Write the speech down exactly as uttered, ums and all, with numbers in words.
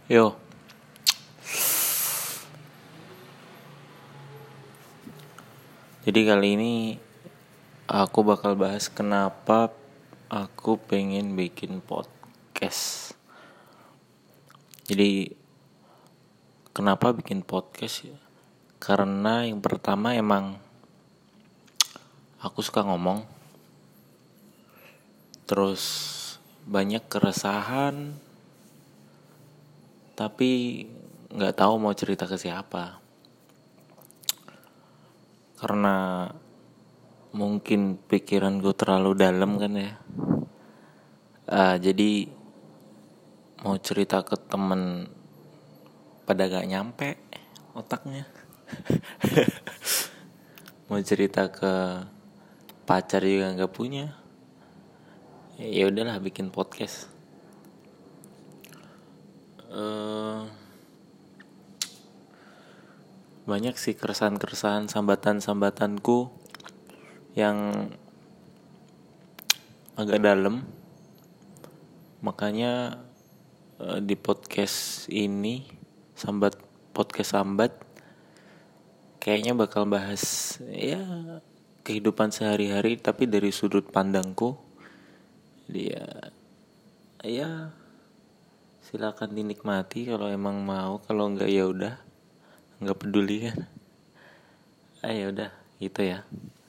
Yo, jadi kali ini aku bakal bahas kenapa aku pengen bikin podcast. Jadi kenapa bikin podcast ya? Karena yang pertama emang aku suka ngomong. Terus banyak keresahan, tapi nggak tahu mau cerita ke siapa. Karena mungkin pikiran gue terlalu dalam kan ya. Uh, jadi mau cerita ke temen pada gak nyampe otaknya. Mau cerita ke pacar juga gak punya. Ya udahlah bikin podcast. Uh, banyak sih keresahan-keresahan, sambatan-sambatanku yang agak dalam. Makanya uh, di podcast ini, sambat podcast sambat, kayaknya bakal bahas ya kehidupan sehari-hari tapi dari sudut pandangku. Dia ya silakan dinikmati kalau emang mau, kalau enggak ya udah, enggak peduli kan. Ah ya udah, gitu ya.